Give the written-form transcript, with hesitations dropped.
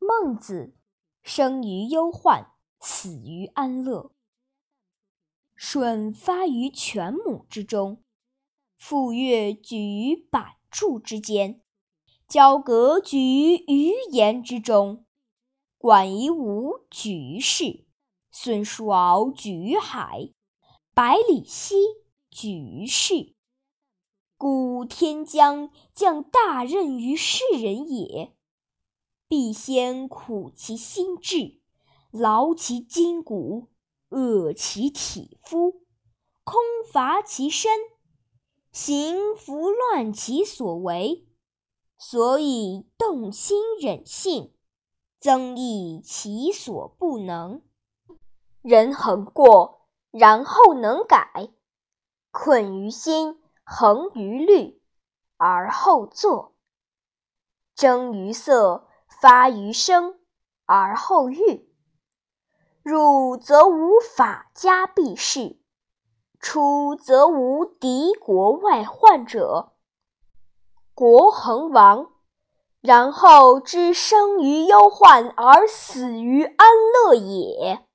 孟子生于忧患，死于安乐。舜发于犬母之中，傅说举于版筑之间，交鬲举于鱼盐之中，管夷吾举于市，孙叔敖举于海，百里奚举于市。故天将降大任于世人也，必先苦其心志，劳其筋骨，饿其体肤，空乏其身，行拂乱其所为，所以动心忍性，增益其所不能。人恒过，然后能改，困于心，恒于虑，而后作；征于色，发于声，而后喻。入则无法家必士，出则无敌国外患者。国恒亡，然后知生于忧患而死于安乐也。